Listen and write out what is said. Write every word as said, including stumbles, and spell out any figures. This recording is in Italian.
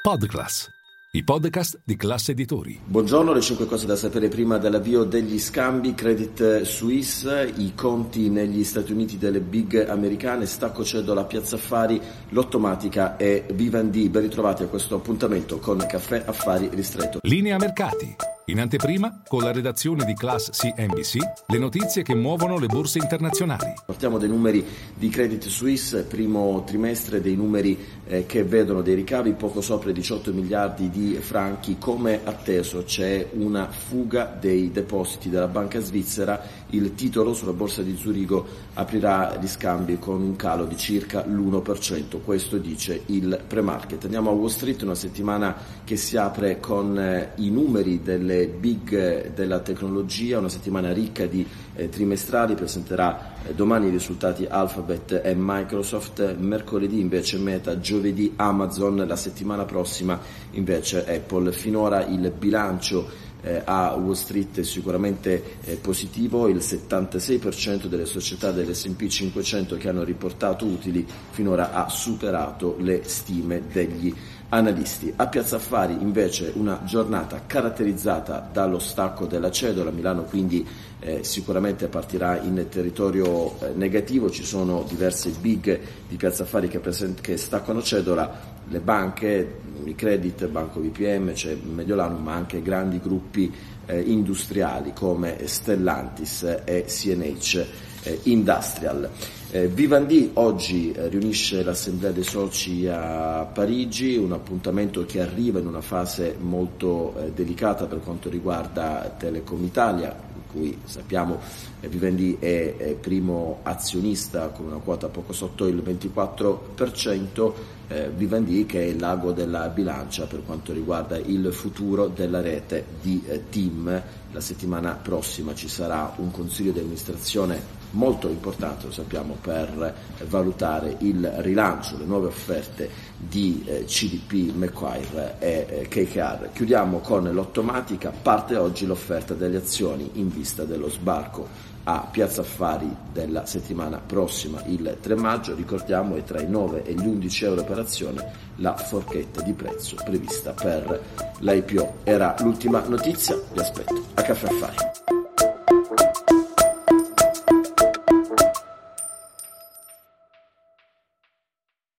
Podclass, i podcast di Classe Editori. Buongiorno, le cinque cose da sapere prima dell'avvio degli scambi. Credit Suisse, i conti negli Stati Uniti delle big americane, Stacco Cedola, Piazza Affari, Lottomatica e Vivendi. Ben ritrovati a questo appuntamento con Caffè Affari Ristretto. Linea mercati. In anteprima, con la redazione di Class C N B C, le notizie che muovono le borse internazionali. Partiamo dai numeri di Credit Suisse, primo trimestre, dei numeri eh, che vedono dei ricavi poco sopra i diciotto miliardi di franchi. Come atteso c'è una fuga dei depositi della banca svizzera, il titolo sulla borsa di Zurigo aprirà gli scambi con un calo di circa l'uno per cento, questo dice il pre-market. Andiamo a Wall Street, una settimana che si apre con eh, i numeri delle big della tecnologia, una settimana ricca di eh, trimestrali. Presenterà eh, domani i risultati Alphabet e Microsoft, mercoledì invece Meta, giovedì Amazon, la settimana prossima invece Apple. Finora il bilancio eh, a Wall Street è sicuramente eh, positivo, il settantasei per cento delle società dell'esse and pi cinquecento che hanno riportato utili finora ha superato le stime degli analisti. A Piazza Affari invece una giornata caratterizzata dallo stacco della cedola. Milano quindi eh, sicuramente partirà in territorio eh, negativo, ci sono diverse big di Piazza Affari che, present- che staccano cedola, le banche, i credit, Banco B P M, c'è Mediolanum, ma anche grandi gruppi eh, industriali come Stellantis e C N H eh, Industrial. Eh, Vivendi oggi eh, riunisce l'assemblea dei soci a Parigi, un appuntamento che arriva in una fase molto eh, delicata per quanto riguarda Telecom Italia, in cui sappiamo eh, Vivendi è, è primo azionista con una quota poco sotto il ventiquattro per cento, eh, Vivendi che è il l'ago della bilancia per quanto riguarda il futuro della rete di eh, TIM. La settimana prossima ci sarà un consiglio di amministrazione molto importante, lo sappiamo, per valutare il rilancio, le nuove offerte di eh, C D P, Macquarie e eh, K K R. Chiudiamo con Lottomatica, parte oggi l'offerta delle azioni in vista dello sbarco a Piazza Affari della settimana prossima, il tre maggio. Ricordiamo è tra i nove e gli undici euro per azione la forchetta di prezzo prevista per l'I P O. Era l'ultima notizia, vi aspetto a Caffè Affari.